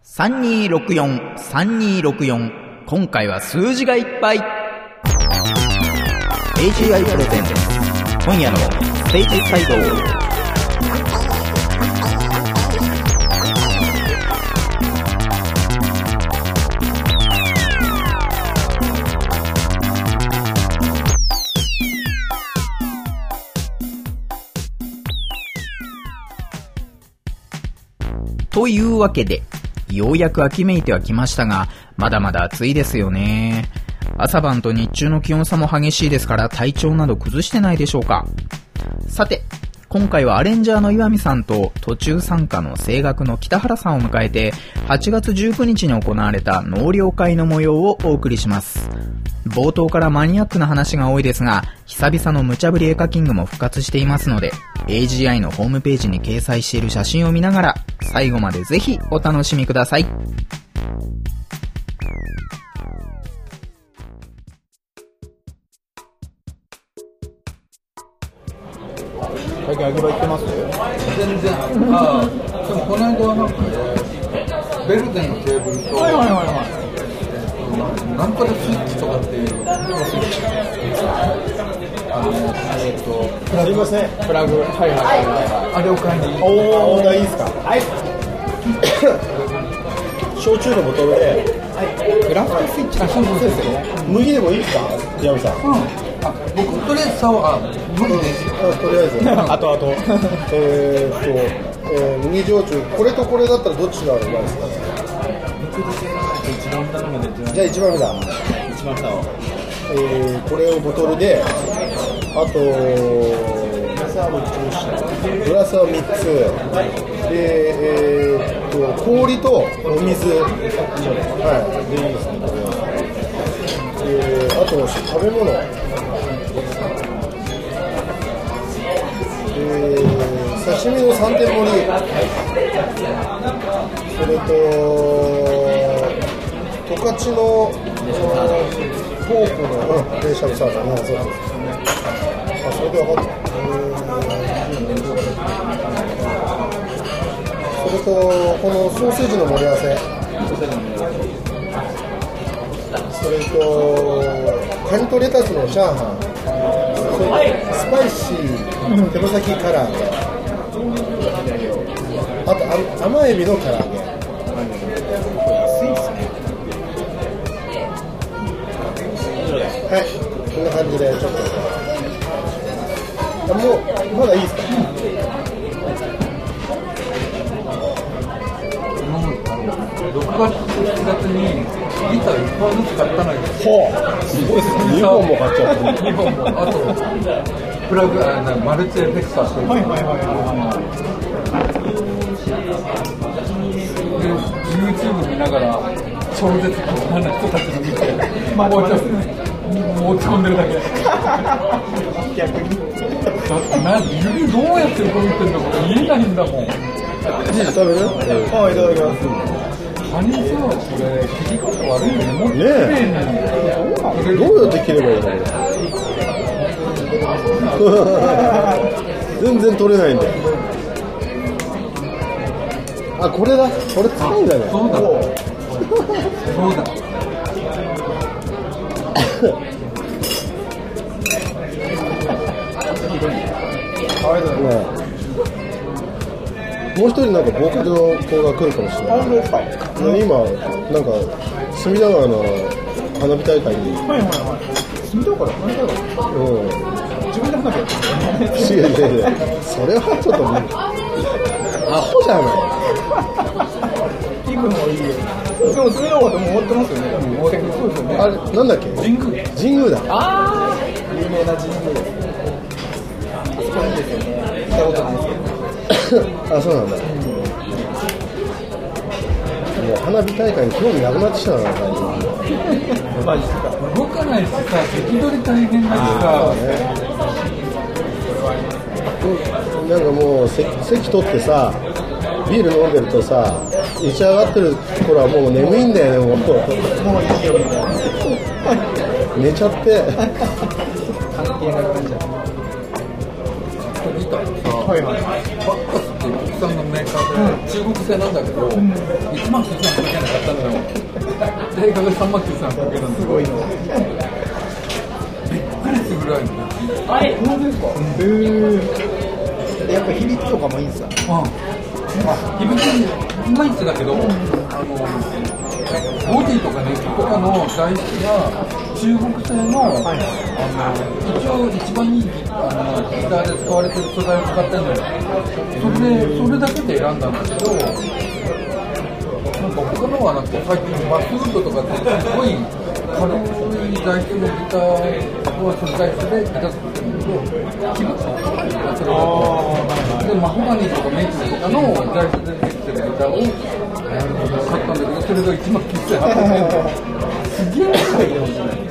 3264、3264。今回は数字がいっぱい。AGI プレゼンツ。今夜のステージサイド。というわけで、ようやく秋めいてはきましたが、まだまだ暑いですよね。朝晩と日中の気温差も激しいですから体調など崩してないでしょうか。さて、今回はアレンジャーの岩見さんと途中参加の声楽の北原さんを迎えて、8月19日に行われた納涼会の模様をお送りします。冒頭からマニアックな話が多いですが、久々の無茶ぶりエカキングも復活していますので、AGI のホームページに掲載している写真を見ながら、最後までぜひお楽しみください。最近秋葉行ってます？ 全然。でもこの間はなんかベルデンのテーブルと、なんかでスイッチとかっていうスイッチ。 すみません。 プラグ、あれを買いに。 おー、いいですか。はい。焼酎のボトルで。 クラフトスイッチ。そうですよね。 麦でもいいですか、岩見さん。 僕とりあえず麦です。 とりあえず。あと。麦焼酎、これとこれだったらどっちがうまいですか。 一番下のが出てます。 じゃあ一番下。 一番下を。 これをボトルで、あとグラスは3つで、氷とお水、はいでいいですね。あと食べ物、刺身の3点盛り、それと十勝のフォークの冷しゃぶサラダね。そうです。それで分かった。それとこのソーセージの盛り合わせ、それとカニとレタスのチャーハン、スパイシー手羽先唐揚げ、あと甘エビの唐揚げ。はい、こんな感じでちょっと。もうまだいいですか。 6月、7月にギター1本ずつ買ったのよ。 ほう、すごいですね。2本も買っちゃった。 2本も、あとプラグ、マルチエフェクターしてる。で、YouTube 見ながら超絶簡単な人たちの見て、もうちょっと落ち込んでるだけ。逆に。指どうやって動いてるのか見えないんだもん。 食べる？はい、いただきます。 カニさ、これ切り方悪いよね。もっと綺麗に。 どうやって切ればいいの？全然取れないんだよ。あ、これだ。これ使うんだね。 そうだ。もう一人なんかボーカルの子が来るかもしれない。今なんか隅田川の花火大会に。 隅田川花火大会。自分で花火やってる。 違う。それはちょっとアホじゃない。 行くのはいいよ。でも隅田川ってもう終わってますよね。そうですよね。 あれなんだっけ？神宮だ。 ああ、有名な神宮ですね。あそこいいですよね。行ったことないですけど。 あ、そうなんだ。もう花火大会に興味なくなってきたな、 マジか。動かないしさ、席取り大変だしさ。 なんかもう席取ってさ、ビール飲んでるとさ、打ち上がってる頃はもう眠いんだよね。もういいよみたいな。寝ちゃって。関係なくなっちゃう。はい。 っていう国産のメーカーで、中国製なんだけど、1万9800円で買ったのよ。定価が3万9800円なんですごいの。びっくりするぐらいの。 本当ですか？やっぱ響きとかもいいんですか？ 響きいまいちだけど、ボディとかネックとかの材質が中国製の、一応一番いいギターで使われてる素材を使ってるのよ。それだけで選んだんだけど、なんか他のはなんか最近マスウッドとかってすごい軽い材質のギターはその材質でギター作ってるんだけど、気持ちが高いんだよ、それだと。で、マホガニーとかメイクとかの材質でできてるギターを買ったんだけど、それが1万9800円。すげえ高いよ、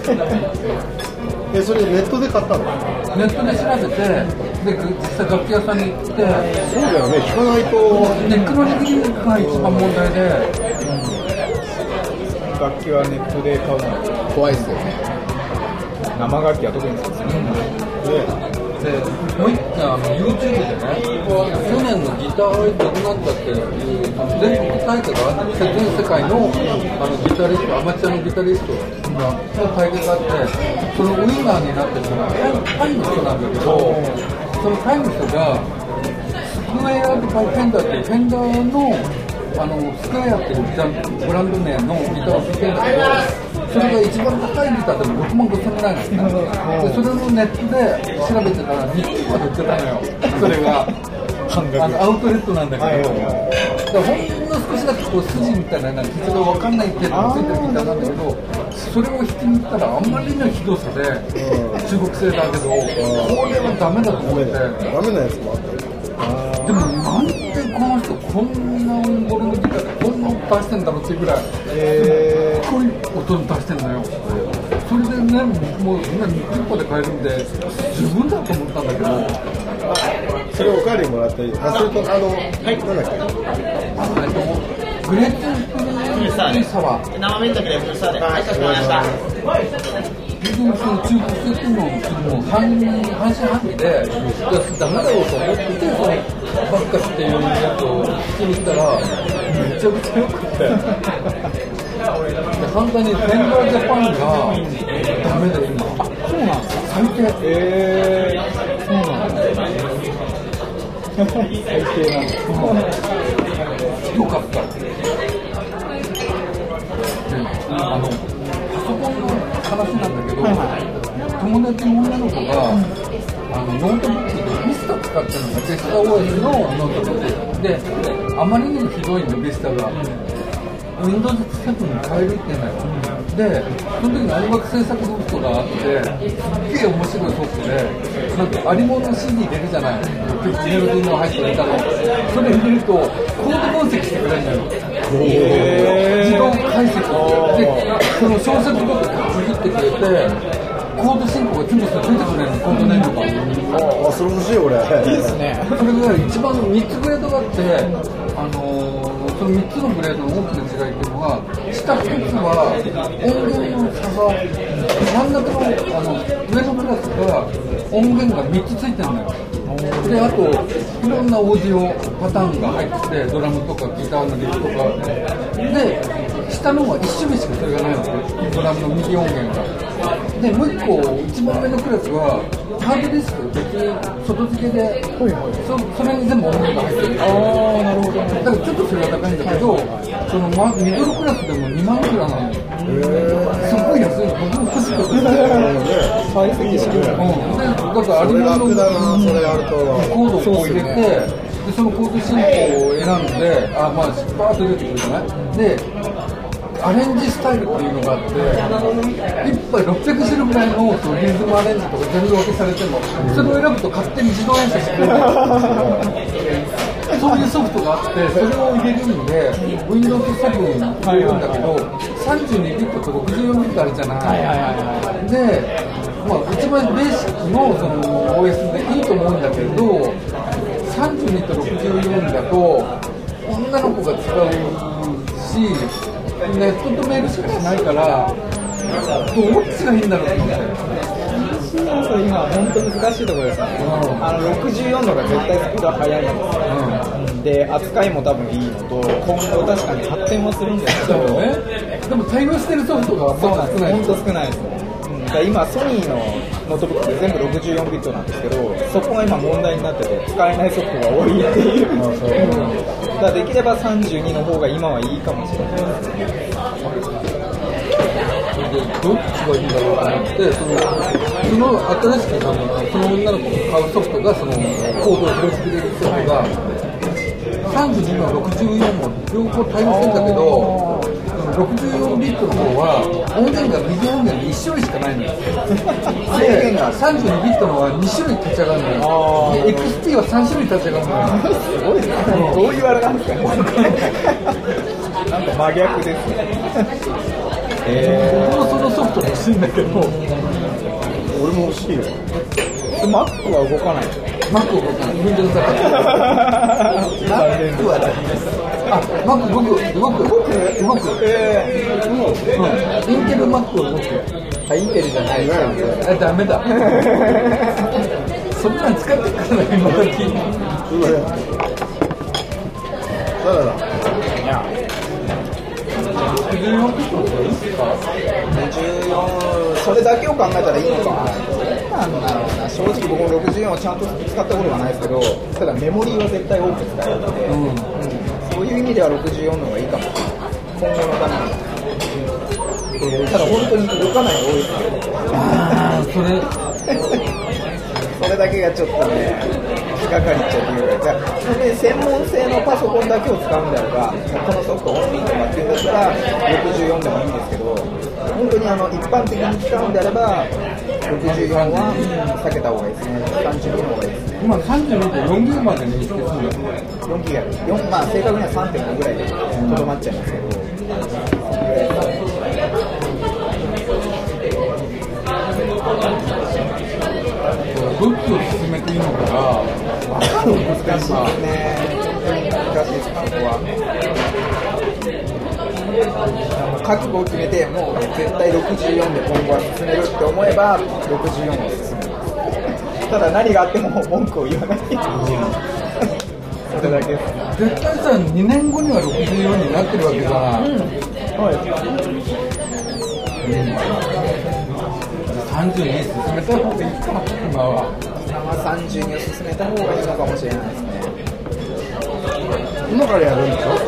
それネットで買ったの？ ネットで調べて、で実際楽器屋さんに行って、 そうだよね、聞かないと。 ネックの握りが一番問題で、 楽器はネットで買うの怖いですよね。生楽器は特にそうですね。 でもう一回YouTube でね、去年のギターどうなったっていう全国大会があって、全世界のギタリスト、アマチュアのギタリストの大会があって、そのウィナーになってるのがタイの人なんだけど、そのタイの人がスクエアとかフェンダーっていうフェンダーのスクエアっていうブランド名のギターを弾いてるんだけど、それが一番高いギターでも6万5千円ぐらいなんですね。でそれのネットで調べてたら日本まで売ってたのよ。それがアウトレットなんだけど、だほんの少しだけこう筋みたいな傷が分かんない程度についてるギターなんだけど、それを弾きに行ったらあんまりのひどさで中国製だけど、これはダメだと思って。 ダメなやつもあった。 でもなんでこの人こんな俺のギターでこんな音出してんだろうっていうぐらいすごい音に出してんのよ。それでね、もう10個で買えるんで十分だと思ったんだけど、 それをおかわりもらっていい？それとなんだっけ？ グレープフルーツサワー生麺だけでプルサーではいかしこまりました。 結局その中国製っていうのも半信半疑でダメだろうと思ってて、そのバッカスっていうやつを聞きに行ったらめちゃくちゃ良くて、で反対にフェンダージャパンがダメで今。そうなんですか？最低。そうなんです。最低なんです。よかった。パソコンの話なんだけど、友達の女の子がノートブックでビスタ使ってるのがビスタ OS のノートブックで、あまりにもひどいんでビスタが Windows 7に変えるって言うんだよ。で、その時に音楽制作ソフトがあって、すっげえ面白いソフトで、なんかありもの CD 入れるじゃない、メロディーの入った歌の、それ入れるとコード分析してくれるんだよ。自動解析で、その小説ごとに区切ってくれて、コード進行が全部出てくれるの、コードネームが。 それ欲しい俺。 いいですね。 それが一番3つグレードがあって、その3つのグレードの大きな違いっていうのは、下1つは音源の差が、真ん中の上のクラスが音源が3つついてるのよ。で、あといろんなオーディオパターンが入ってて、ドラムとかギターのリフとかで、下の方は1種類しかそれがないわけ、ドラムの右音源が。で、もう1個一番上のクラスはハードディスク別に外付けで、それに全部音源が入ってる。 なるほど。 だからちょっとそれが高いんだけど、そのミドルクラスでも2万いくらなの。すごい安いの。僕も欲しかった。 再生してる。 で、だからあれのコードをこう入れて、でそのコード進行を選んで、まあバーッと出てくるじゃない。で、アレンジスタイルっていうのがあって、1杯600種類ぐらいのリズムアレンジとか全部分けされても、それを選ぶと勝手に自動演奏してくれる。そういうソフトがあって、それを入れるんで、Windows 7入れるんだけど、32ビットと64ビットあるじゃない。で、まあ、一番ベーシックのその OS でいいと思うんだけど、32と64だと、女の子が使うし、ネットとメールしかしないから、どっちがいいんだろうと思って。 今、本当難しいところですね。64のが絶対スピードは速いんです。 で扱いも多分いいのと、今後確かに発展はするんですけど、 ね、でも対応してるソフトがそうなんです、 少ない。 本当少ないですね。だから今ソニーのノートブックって全部64ビットなんですけど、そこが今問題になってて使えないソフトが多いっていう。だからできれば32の方が今はいいかもしれないですね。 どっちがいいんだろうと思って、その新しくその女の子が買うソフトがそのコードを広げてくれるソフトが32の64も両方対応してるんだけど、64ビットの方は音源がビデオ音源で1種類しかないのよ。で32ビットのは2種類立ち上がるのよ。で XP は3種類立ち上がるのよ。 すごいですね。どういうあれなんですかね。なんか真逆ですね。 僕もそのソフト欲しいんだけど、 俺も欲しいよ。 Mac は動かない。 Mac 動かない。Windows だから。Mac は大事です。あ、Mac 動く。インテル Mac 動く。 あ、インテルじゃないですか。 ダメだ。そんなん使ってくから今時。 だから 64ビットの方がいいですか ？54、それだけを考えたらいいのかな。なんだろうな、正直僕も64をちゃんと使ったことがないですけど、ただメモリーは絶対多く使えるので、そういう意味では64の方がいいかもしれない。今後のために。ただ本当に動かないのが多いですけど。 ああ、 それだけがちょっとね、引っかかりっちゃうというか、本当に専門性のパソコンだけを使うんであれば、このソフトオンリーとかっていうんだったら64でもいいんですけど、本当に一般的に使うんであれば64は避けた方がいいですね。32の方がいいですね。 今32って4ギガまで認識するんだよね。 4ギガ、まあ正確には 3.5 ぐらいでとどまっちゃいますけど、 どっちを進めていいのかが難しいですね。難しいです、ここは。覚悟を決めて、もう絶対64で今後は進めるって思えば64を進めます。ただ何があっても文句を言わないっていうそれだけです。 絶対さ、2年後には64になってるわけじゃない。30に進めた方がいいかな、今は。 30に進めた方がいいのかもしれないですね。 今からやるんでしょ？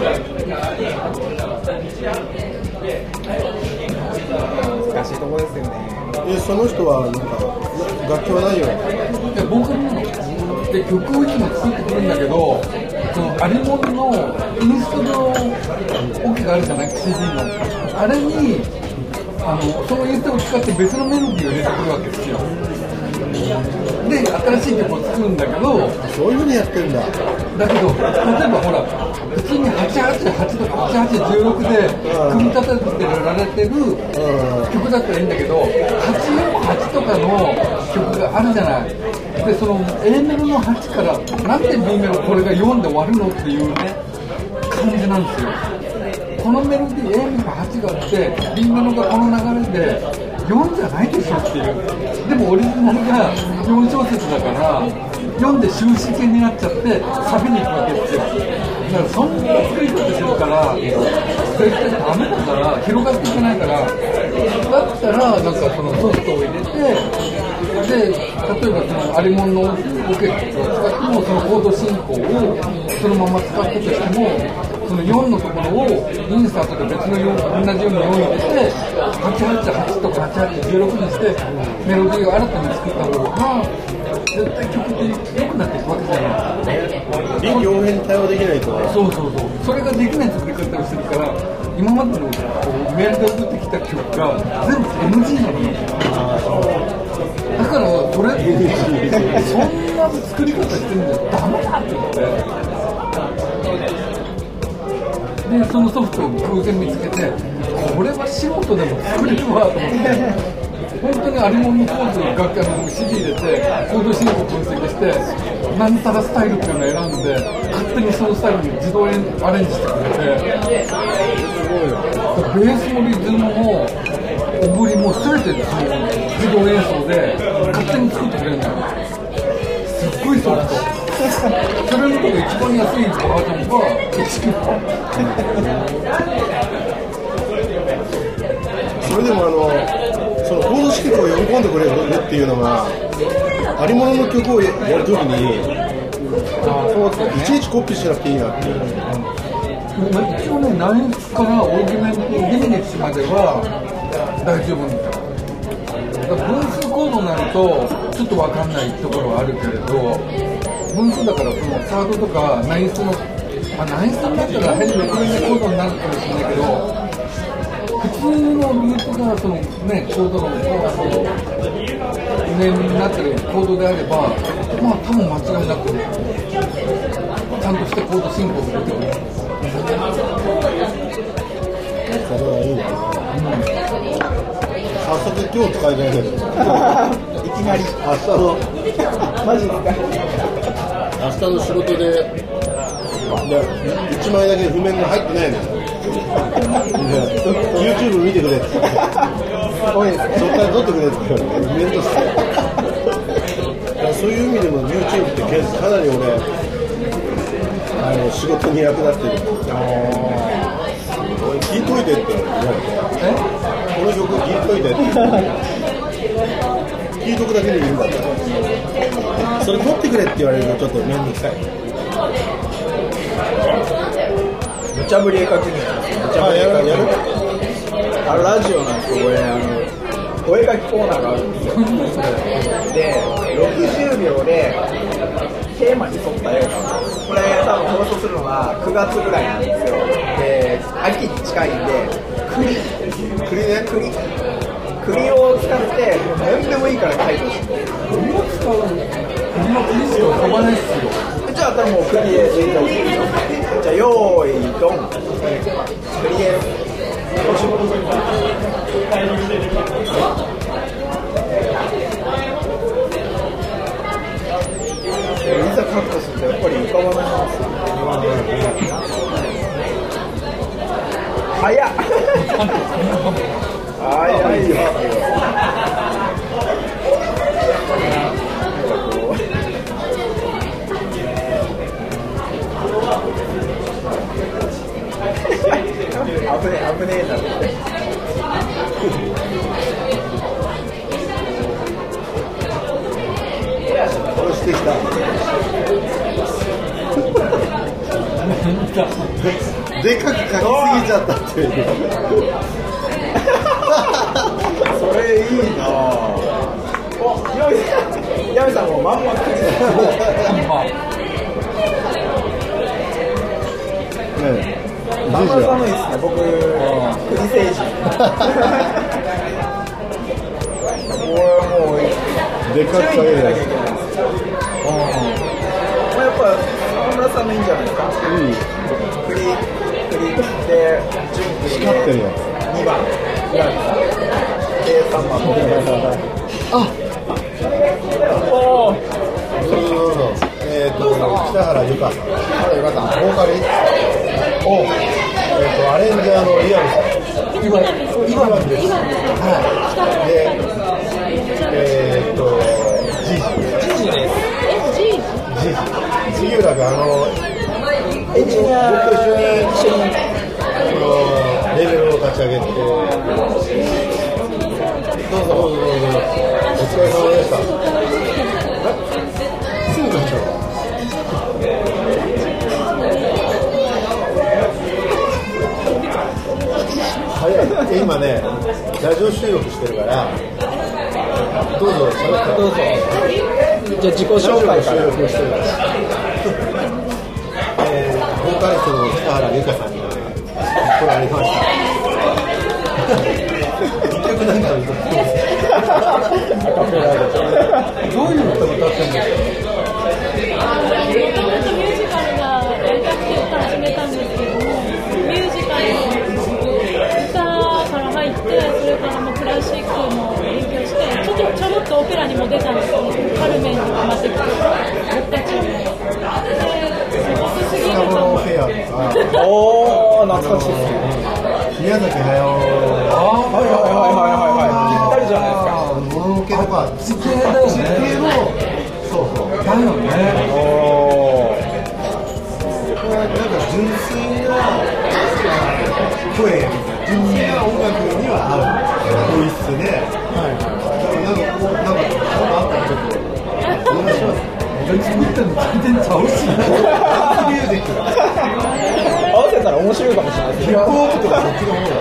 難しいところですよね。 その人はなんか楽器はないよ。 僕もで曲をいつも作ってくるんだけど、そのアリモンのインストのオケがあるじゃない、CD のあれにそのインストを使って別のメロディーを入れてくるわけですよ。で新しい曲を作るんだけど、 そういう風にやってんだ。 だけど例えばほら普通に888とか8816で組み立ててられてる曲だったらいいんだけど、848とかの曲があるじゃない。でその A メロの8からなんで B メロこれが4で終わるのっていうね感じなんですよ。このメロディー A メロが8があって B メロがこの流れで4じゃないでしょっていう。でもオリジナルが4小節だから4で終止形になっちゃってサビに行くわけですよ。だからそんな作り方してるから絶対ダメだから、広がっていけないから、だったらなんかそのソフトを入れて、で例えばそのアリモンのオケを使ってもそのコード進行をそのまま使ってとしても、その4のところをインサートで別の4、同じように4入れて888とか8816にしてメロディーを新たに作った方が絶対曲って良くなっていくわけじゃない。 臨機応変に対応できないとね。 そうそれができない作り方をしてるから、今までのメールで送ってきた曲が全部 NG なのよ。だからそれそんな作り方してるんじゃダメだって言って、でそのソフトを偶然見つけて、これは素人でも作れるわと思って本当にアリモンのコードを楽器の CD 入れてコード進行分析してなんたらスタイルっていうのを選んで勝手にそのスタイルに自動アレンジしてくれて、ベースもリズムもオブリも全て自動演奏で勝手に作ってくれるんだよ。すっごいソフト。 それのとこ一番安いバージョンがそれでもそのコード式を読み込んでくれるっていうのがありものの曲をやるときにいちいちコピーしなくていいなっていう。 一応ね、ナインスからオーギュメントギミニッシュまでは大丈夫みたいな。分数コードになるとちょっと分かんないところはあるけれど、分数だからそのサードとかナインスのナインスになったら変なコードになるかもしれないけど、普通のルートがそのねコードの上になってるコードであれば、まあ多分間違いなくちゃんとしたコード進行が出てくる。 それはいいな。早速今日使いたいけど。 いきなり。 明日のマジですか。 明日の仕事で1枚だけ譜面が入ってないのよ。YouTube 見てくれって。 すごいですね。 そっから撮ってくれって言われて面倒くさい。そういう意味でも YouTube ってかなり俺仕事に役立ってる。聞いといてって言われて、この曲聞いといてって聞いとくだけでいいんだったら、それ撮ってくれって言われるとちょっと面倒くさい。 無茶ぶり絵描きにやるラジオなんですけど、お絵描きコーナーがあるんですよ。で、60秒でテーマに沿った絵が、これ多分放送するのが9月ぐらいなんですよ。で、秋に近いんで、栗を使って、何でもいいから描いてほしい。 栗を使うの？栗しか飛ばないっすよ。 じゃあ、もう栗で全然 OK ですよ。じゃあ、よーい、ドン。栗です。いざカットするとやっぱり浮かばないます。早っ。早いよ。危ねえなって。 これしてきた。でかく書きすぎちゃったっていう。 それいいな。お、ヤミさんもまんま栗です。まんま寒いですね、僕、栗星人。これもう、 でかく書けない。 やっぱ、沢村さんのいいんじゃないですか。栗で、準栗で、 光ってるやつ。 2番、で、3番。あおー。 北原由香さん。ボーカリスト。アレンジャーのイワンさん。イワンです。はい。ジジです。杉浦がエンジニア僕と一緒にレベルを立ち上げて、どうぞお疲れ様でした。すぐ会長。早い。今ねラジオ収録してるからどうぞ喋って。 どうぞ。じゃあ自己紹介から。 ボーカリストの北原由香さんに来られました。一曲なんか歌ってます。 どういう歌歌ってんですか？ もともとミュージカルがやりたくて歌始めたんですけども、ミュージカルの歌から入って、それからもクラシックも勉強して、ちょろっとオペラにも出たんですけど、カルメンにハマってきて、僕たちも。ですごくすぎると。 おー、懐かしいですね。 宮崎駿。 はいぴったりじゃないですか。 もののけとか地形だよね。 そうそう。 だよね。 声みたいな、純粋な音楽には合うボイスで、なんかこうなんかあったらちょっとお願いします。 俺作ってるの全然ちゃうしな。 ミュージックが合わせたら面白いかもしれないです。 ヒップホップとかそっちの方が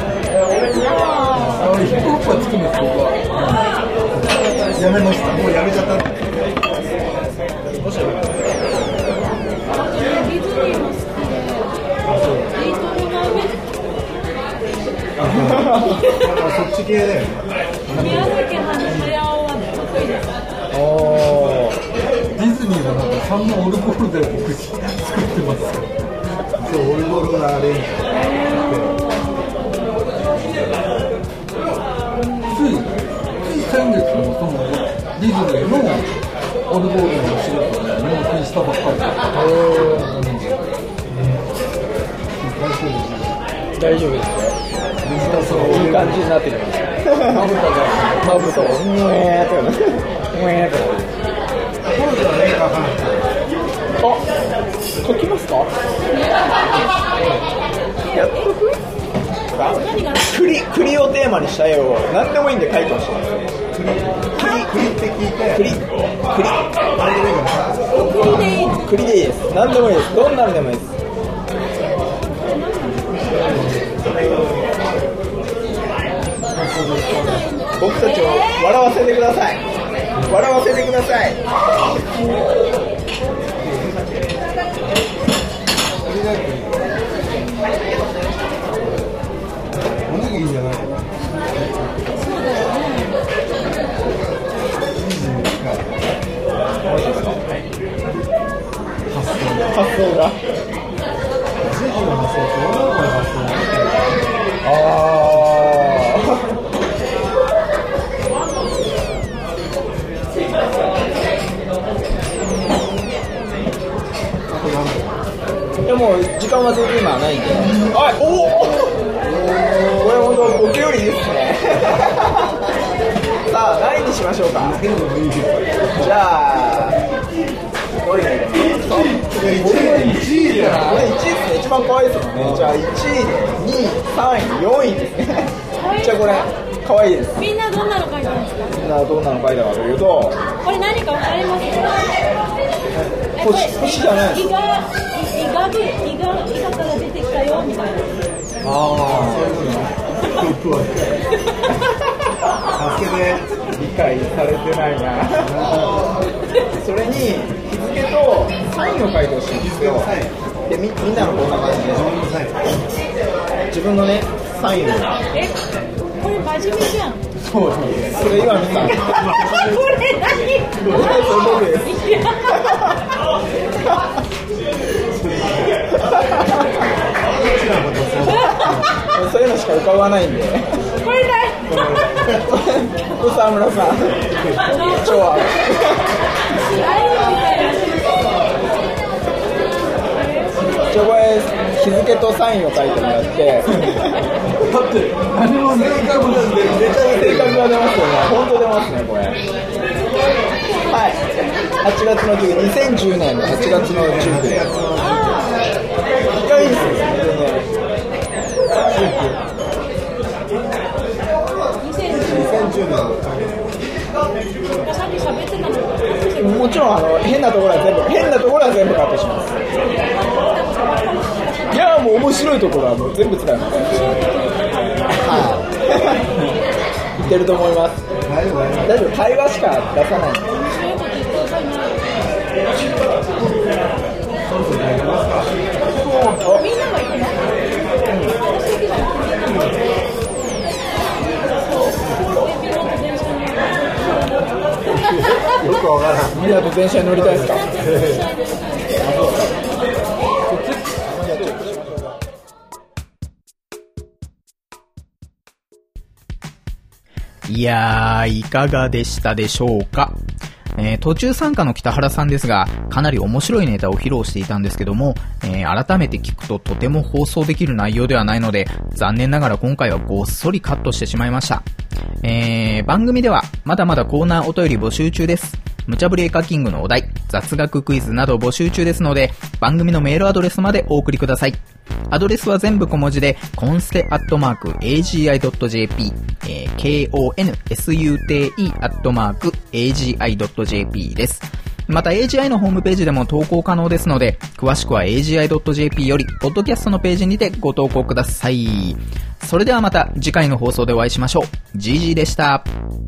ヒップホップは作るんです僕は。 やめました。もうやめちゃった。 ディズニーも好きで、リトルマーメイそっち系だよね。 ド、宮崎駿は得意です。 ディズニーはなんか3のオルゴールで僕作ってます。 そう、オルゴールのアレンジ。 つい先月もそのディズニーのオルゴールの仕事で納品したばっかりで。 大丈夫ですよ。いい感じになってきました。まぶたがうえーってうえーって。あ、書きますか？やっとく？栗をテーマにした絵を何でもいいんで描いてほしい。栗って聞いて。栗でいいです。何でもいいです。どんなんでもいいです。僕たちを笑わせてください。笑わせてください。 おにぎりじゃない。 発想が。でも時間は全然今はないんで。はい、これ本当僕よりいいですね。さあ何にしましょうか。じゃあどれがいいですか。これ1位ですね。一番可愛いですもんね。じゃあ1位で2位3位4位ですね。じゃあこれ可愛いです。 みんなどんなの書いたんですか？ みんなどんなの書いたかというと、 これ何か分かりますか？ 星じゃない。 イガから出てきたよみたいな。 ああ、そういうことね。 助けて。 理解されてないな。それに日付とサインを書いてほしいんですよ。でみんなのこんな感じで自分のねサインを。 これ真面目じゃん。 そう、それ岩見さん。 これ何？そういうのしか浮かばないんで。 これだい。 沢村さん。超合う。じゃあこれ日付とサインを書いてもらって。 だって何も正確が出ますよね。本当出ますねこれ。はい。8月の19、2010年の8月の19日。いいですね。 2010年。 さっき喋ってたの。 もちろん変なところは全部カットします。いやもう面白いところはもう全部使います。はい。言ってると思います。大丈夫。会話しか出さないんで。 みんなが行くの？ よくわからん。 みんなと電車に乗りたいですか？ いやー、いかがでしたでしょうか。途中参加の北原さんですが、かなり面白いネタを披露していたんですけども、改めて聞くととても放送できる内容ではないので、残念ながら今回はごっそりカットしてしまいました。番組ではまだまだコーナーお便り募集中です。 無茶ぶり絵描きングのお題、雑学クイズなど募集中ですので、番組のメールアドレスまでお送りください。アドレスは全部小文字で、conste@agi.jp、konsute@agi.jp です。また AGI のホームページでも投稿可能ですので、詳しくは AGI.jp より、ポッドキャストのページにてご投稿ください。それではまた次回の放送でお会いしましょう。GG でした。